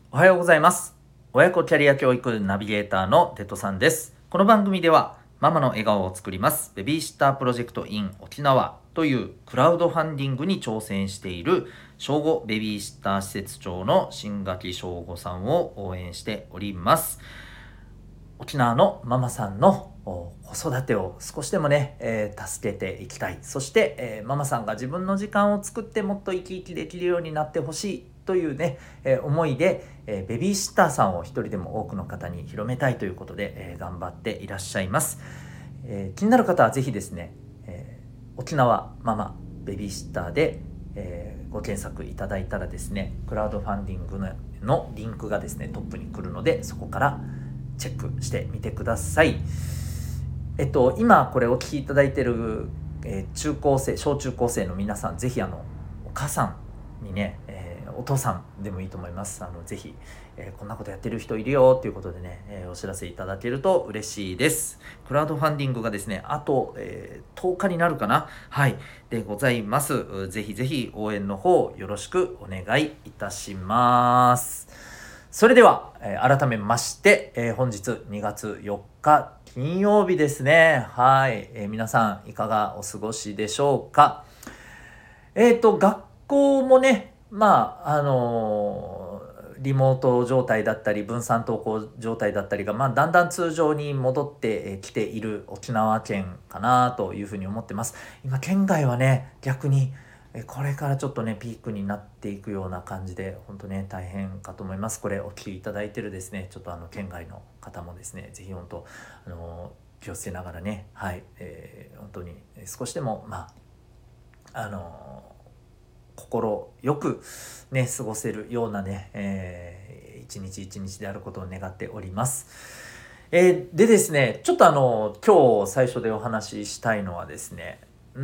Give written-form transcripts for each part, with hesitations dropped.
おはようございます。親子キャリア教育ナビゲーターのテトさんです。この番組ではママの笑顔を作りますベビーシッタープロジェクト in 沖縄というクラウドファンディングに挑戦している小5ベビーシッター施設長の新垣翔吾さんを応援しております。沖縄のママさんの子育てを少しでもね、助けていきたい。そして、ママさんが自分の時間を作ってもっと生き生きできるようになってほしいというね、思いで、ベビーシッターさんを一人でも多くの方に広めたいということで、頑張っていらっしゃいます。気になる方はぜひですね、沖縄ママベビーシッターで、ご検索いただいたらですね、クラウドファンディングのリンクがですねトップに来るので、そこからチェックしてみてください。今これお聞きいただいている、小中高生の皆さん、ぜひお母さんにね、お父さんでもいいと思います。ぜひ、こんなことやってる人いるよということでね、お知らせいただけると嬉しいです。クラウドファンディングがですね、あと、10日になるかな、はいでございます。ぜひぜひ応援の方よろしくお願いいたします。それでは、改めまして、本日2月4日金曜日ですね。はい、皆さんいかがお過ごしでしょうか。学校もね、リモート状態だったり分散登校状態だったりが、だんだん通常に戻ってきている沖縄県かなというふうに思ってます。今県外はね、逆にこれからちょっとねピークになっていくような感じで、本当ね大変かと思います。これお聞きいただいてるですね、ちょっと県外の方もですね、ぜひ本当気をつけながらね、はい、本当に少しでも心よくね過ごせるようなね、一日一日であることを願っております。でですね、ちょっと今日最初でお話ししたいのはですね、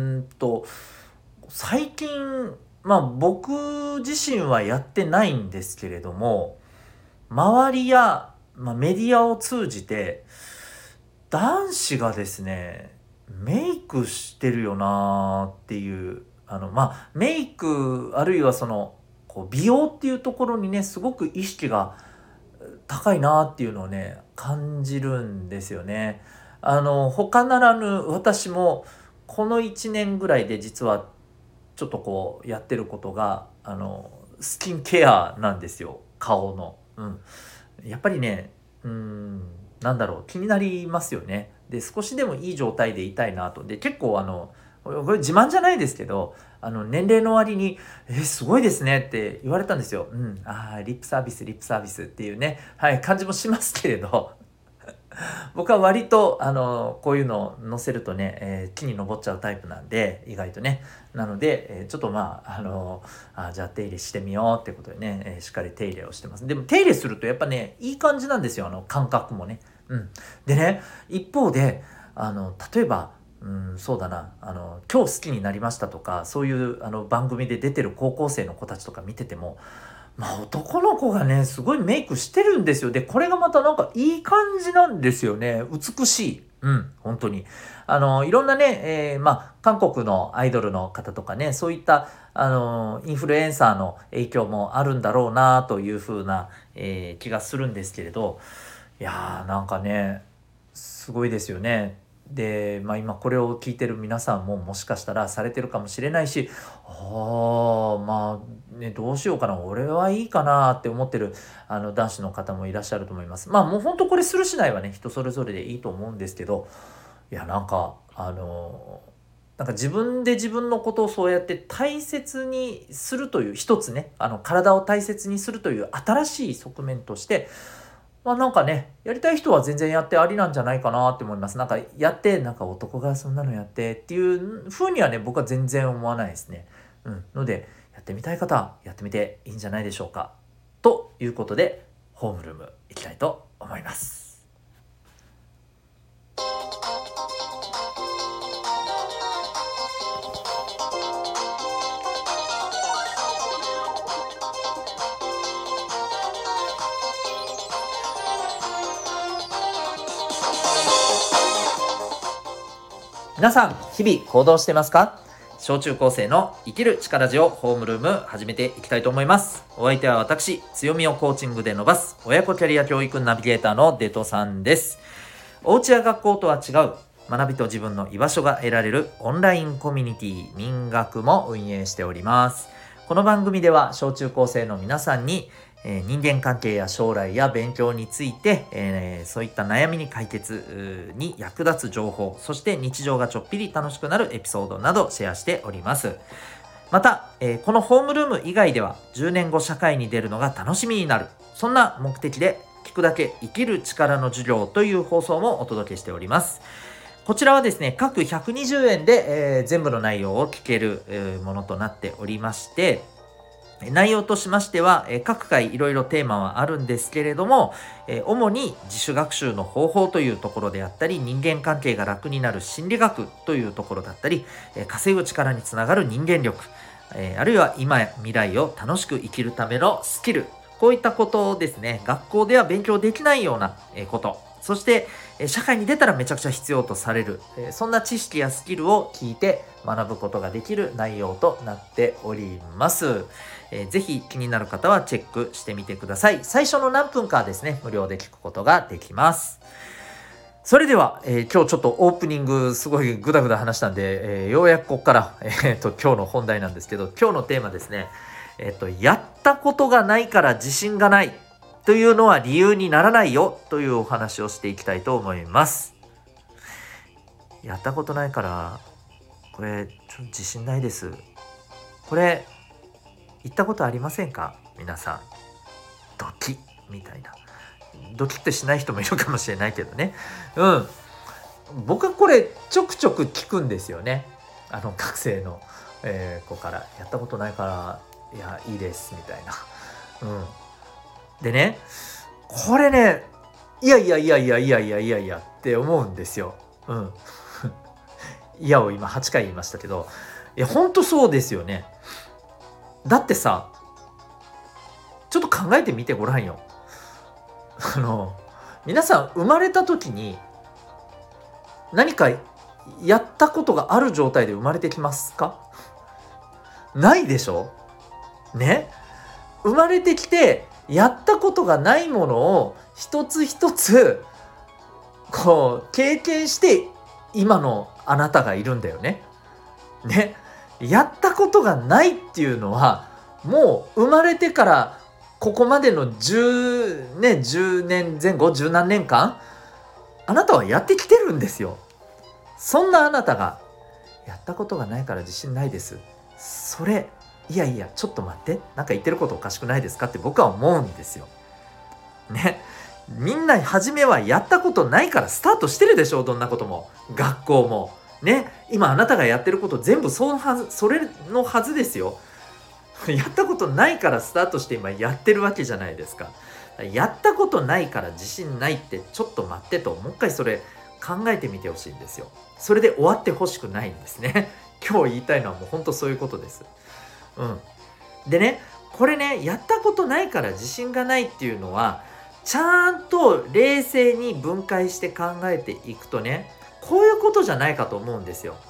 最近僕自身はやってないんですけれども、周りや、メディアを通じて男子がですねメイクしてるよなっていう、メイクあるいはこう美容っていうところにねすごく意識が高いなっていうのをね感じるんですよね。他ならぬ私もこの1年ぐらいで実はちょっとこうやってることがスキンケアなんですよ、顔の。やっぱりね、なんだろう、気になりますよね。で少しでもいい状態でいたいなと。で結構これ自慢じゃないですけど、年齢の割にすごいですねって言われたんですよ。リップサービスっていうね、はい感じもしますけれど僕は割とこういうのを載せるとね、木に登っちゃうタイプなんで、意外とね。なので、ちょっとじゃあ手入れしてみようってことでね、しっかり手入れをしてます。でも手入れするとやっぱねいい感じなんですよ、感覚もね。でね、一方で例えばそうだな、今日好きになりましたとか、そういう番組で出てる高校生の子たちとか見てても、男の子がねすごいメイクしてるんですよ。でこれがまたなんかいい感じなんですよね。美しい。本当にいろんなね、韓国のアイドルの方とかね、そういったインフルエンサーの影響もあるんだろうなというふうな、気がするんですけれど、いやーなんかねすごいですよね。で、今これを聞いてる皆さんももしかしたらされてるかもしれないし、どうしようかな、俺はいいかなって思ってる男子の方もいらっしゃると思います。もうほんとこれするしないはね人それぞれでいいと思うんですけど、いやなんか自分で自分のことをそうやって大切にするという一つね、体を大切にするという新しい側面として、なんかね、やりたい人は全然やってありなんじゃないかなって思います。なんかやって、なんか男がそんなのやってっていう風にはね、僕は全然思わないですね。ので、やってみたい方はやってみていいんじゃないでしょうか。ということで、ホームルーム行きたいと思います。皆さん、日々行動してますか？ 小中高生の生きる力ジオホームルーム始めていきたいと思います。お相手は私、強みをコーチングで伸ばす親子キャリア教育ナビゲーターのデトさんです。お家や学校とは違う学びと自分の居場所が得られるオンラインコミュニティ民学も運営しております。この番組では小中高生の皆さんに人間関係や将来や勉強について、そういった悩みに解決に役立つ情報、そして日常がちょっぴり楽しくなるエピソードなどシェアしております。また、このホームルーム以外では10年後社会に出るのが楽しみになる、そんな目的で聞くだけ生きる力の授業という放送もお届けしております。こちらはですね、各120円で、全部の内容を聞ける、ものとなっておりまして、内容としましては、各回いろいろテーマはあるんですけれども、主に自主学習の方法というところであったり、人間関係が楽になる心理学というところだったり、稼ぐ力につながる人間力、あるいは今や未来を楽しく生きるためのスキル、こういったことをですね、学校では勉強できないようなこと、そして社会に出たらめちゃくちゃ必要とされる、そんな知識やスキルを聞いて学ぶことができる内容となっております。ぜひ気になる方はチェックしてみてください。最初の何分かはですね、無料で聞くことができます。それでは、今日ちょっとオープニングすごいグダグダ話したんで、ようやくここから、今日の本題なんですけど、今日のテーマですね、やったことがないから自信がないというのは理由にならないよというお話をしていきたいと思います。やったことないからこれちょっと自信ないです。これ言ったことありませんか？皆さんドキッみたいな、ドキッとしない人もいるかもしれないけどね。僕はこれちょくちょく聞くんですよね。学生の、子からやったことないからいやいいですみたいな。でね、これね、いやって思うんですよ。いやを今8回言いましたけど、いや本当そうですよね。だってさ、ちょっと考えてみてごらんよ。皆さん生まれた時に何かやったことがある状態で生まれてきますか？ないでしょ？ね？生まれてきてやったことがないものを一つ一つこう経験して今のあなたがいるんだよね。ね、やったことがないっていうのはもう生まれてからここまでの10年前後十何年間あなたはやってきてるんですよ。そんなあなたがやったことがないから自信ないです。それいやちょっと待って、なんか言ってることおかしくないですかって僕は思うんですよ。ね、みんな初めはやったことないからスタートしてるでしょ。どんなことも学校もね、今あなたがやってること全部それのはずですよ。やったことないからスタートして今やってるわけじゃないですか。やったことないから自信ないってちょっと待ってと、もう一回それ考えてみてほしいんですよ。それで終わってほしくないんですね。今日言いたいのはもう本当そういうことです。でね、これね、やったことないから自信がないっていうのはちゃんと冷静に分解して考えていくとね、こういうことじゃないかと思うんですよ。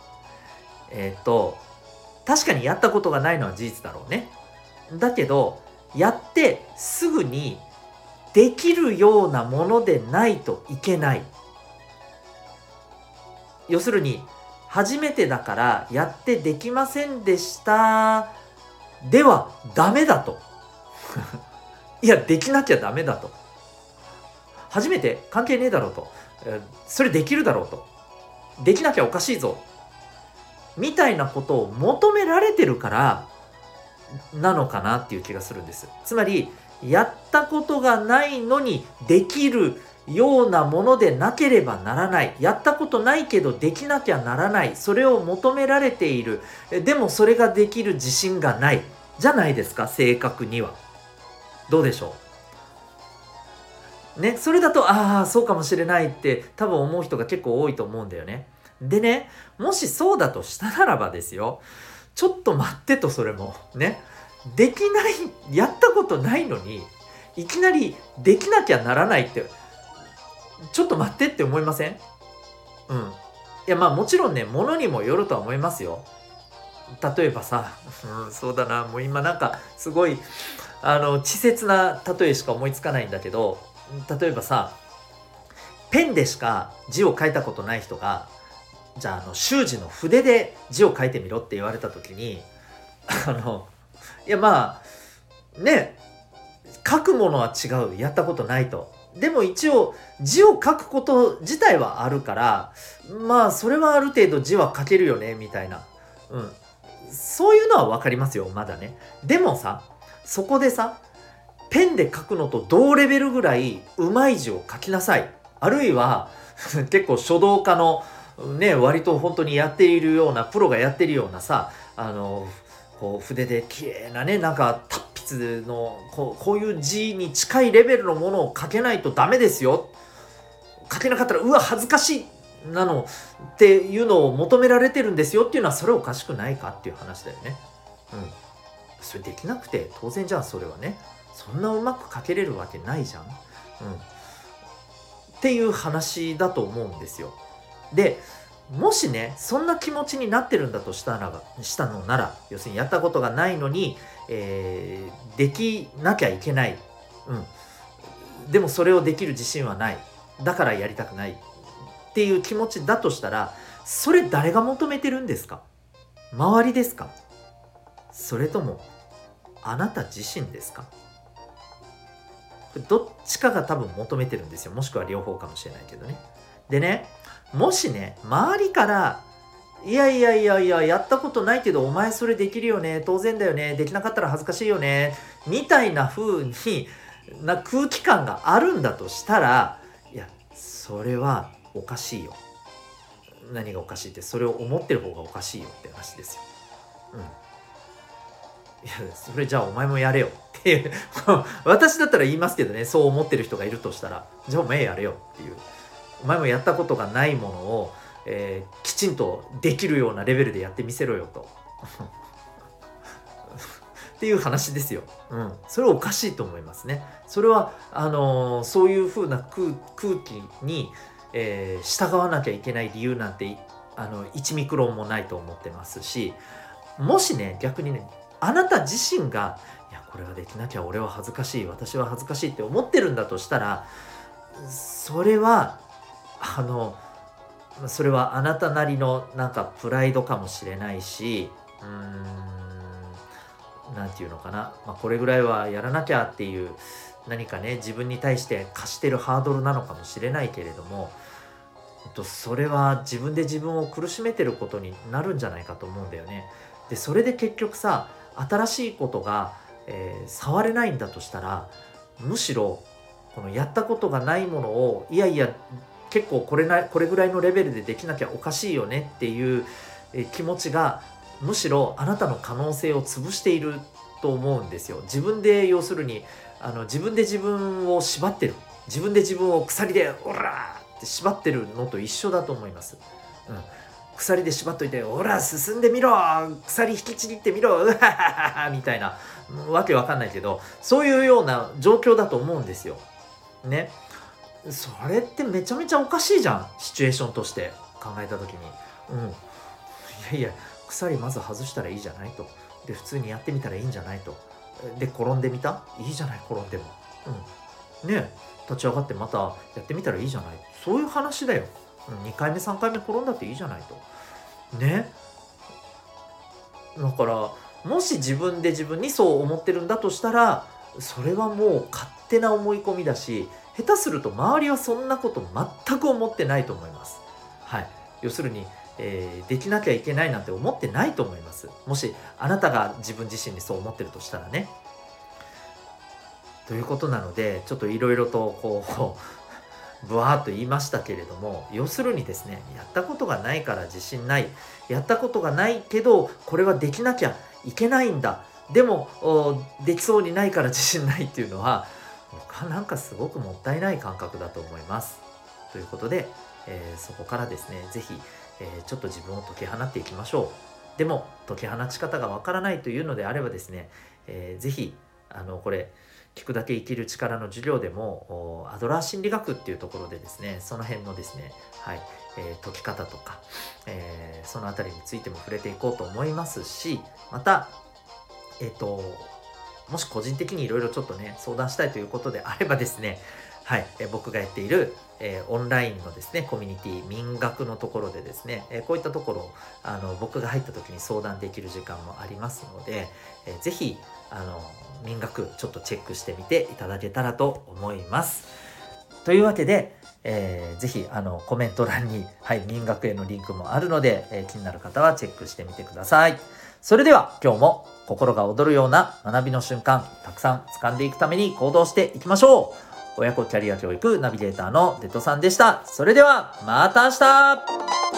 確かにやったことがないのは事実だろうね。だけどやってすぐにできるようなものでないといけない。要するに初めてだからやってできませんでしたではダメだと。いやできなきゃダメだと。初めて関係ねえだろうと、それできるだろうと、できなきゃおかしいぞみたいなことを求められてるからなのかなっていう気がするんです。つまりやったことがないのにできるようなものでなければならない、やったことないけどできなきゃならない、それを求められている、でもそれができる自信がないじゃないですか。正確にはどうでしょうね。それだとそうかもしれないって多分思う人が結構多いと思うんだよね。でね、もしそうだとしたならばですよ、ちょっと待ってと、それもね、できない、やったことないのにいきなりできなきゃならないってちょっと待ってって思いません？いやもちろんね、ものにもよるとは思いますよ。 例えばさ、そうだな、もう今なんかすごい稚拙な例えしか思いつかないんだけど、例えばさ、ペンでしか字を書いたことない人が、じゃあ習字の筆で字を書いてみろって言われた時に、あのいやまあね、書くものは違う、やったことないと。でも一応字を書くこと自体はあるから、まあそれはある程度字は書けるよねみたいな、そういうのは分かりますよ、まだね。でもさ、そこでさ、ペンで書くのと同レベルぐらいうまい字を書きなさい。あるいは結構書道家のね、割と本当にやっているような、プロがやってるようなさ、こう筆で綺麗なね、なんか達筆のこういう字に近いレベルのものを書けないとダメですよ。書けなかったらうわ恥ずかしいなのっていうのを求められてるんですよっていうのは、それおかしくないかっていう話だよね。それできなくて当然じゃん、それはね。そんなうまく書けれるわけないじゃん。っていう話だと思うんですよ。で、もしね、そんな気持ちになってるんだとしたのなら、要するにやったことがないのに、できなきゃいけない。でもそれをできる自信はない。だからやりたくないっていう気持ちだとしたら、それ誰が求めてるんですか？周りですか？それともあなた自身ですか？どっちかが多分求めてるんですよ。もしくは両方かもしれないけどね。でね、もしね、周りから、いやいやいやいや、やったことないけど、お前それできるよね、当然だよね、できなかったら恥ずかしいよね、みたいな風にな空気感があるんだとしたら、いや、それはおかしいよ。何がおかしいって、それを思ってる方がおかしいよって話ですよ。いや、それじゃあお前もやれよっていう私だったら言いますけどね、そう思ってる人がいるとしたら、じゃあお前やれよっていう。お前もやったことがないものを、きちんとできるようなレベルでやってみせろよとっていう話ですよ。それはおかしいと思いますね。それはそういう風な空気に、従わなきゃいけない理由なんて1ミクロンもないと思ってますし、もしね、逆にね、あなた自身が、いやこれはできなきゃ俺は恥ずかしい、私は恥ずかしいって思ってるんだとしたら、それはそれはあなたなりのなんかプライドかもしれないし、なんていうのかな、これぐらいはやらなきゃっていう何かね、自分に対して課してるハードルなのかもしれないけれども、それは自分で自分を苦しめてることになるんじゃないかと思うんだよね。で、それで結局さ、新しいことが、触れないんだとしたら、むしろこのやったことがないものを、いやいや結構これぐらいのレベルでできなきゃおかしいよねっていう、気持ちが、むしろあなたの可能性を潰していると思うんですよ。自分で要するに自分で自分を縛ってる、自分で自分を鎖でオラーって縛ってるのと一緒だと思います。鎖で縛っといて、オラ進んでみろ、鎖引きちぎってみろ、うわはははみたいな、わけわかんないけど、そういうような状況だと思うんですよ。ね。それってめちゃめちゃおかしいじゃん、シチュエーションとして考えた時に。いやいや、鎖まず外したらいいじゃないと。で、普通にやってみたらいいんじゃないと。で、転んでみた、いいじゃない、転んでも。ね、立ち上がってまたやってみたらいいじゃない。そういう話だよ。2回目3回目転んだっていいじゃないと。ね。だからもし自分で自分にそう思ってるんだとしたら、それはもう勝手な思い込みだし、下手すると周りはそんなこと全く思ってないと思います。はい。要するに、できなきゃいけないなんて思ってないと思います。もしあなたが自分自身にそう思ってるとしたらね。ということなので、ちょっといろいろとこうぶわーっと言いましたけれども、要するにですね、やったことがないから自信ない、やったことがないけどこれはできなきゃいけないんだ、でもできそうにないから自信ないっていうのは、僕はなんかすごくもったいない感覚だと思います。ということで、そこからですね、是非、ちょっと自分を解き放っていきましょう。でも解き放ち方がわからないというのであればですね、是非これ聞くだけ生きる力の授業でもアドラー心理学っていうところでですね、その辺のですね、はい、解き方とか、そのあたりについても触れていこうと思いますし、またもし個人的にいろいろちょっとね相談したいということであればですね、はい、僕がやっている、オンラインのですねコミュニティ民学のところでですね、こういったところ僕が入った時に相談できる時間もありますので、ぜひ民学ちょっとチェックしてみていただけたらと思います。というわけで、ぜひコメント欄に、はい、民学へのリンクもあるので、気になる方はチェックしてみてください。それでは今日も心が躍るような学びの瞬間たくさん掴んでいくために行動していきましょう。親子キャリア教育ナビゲーターのデトさんでした。それではまた明日。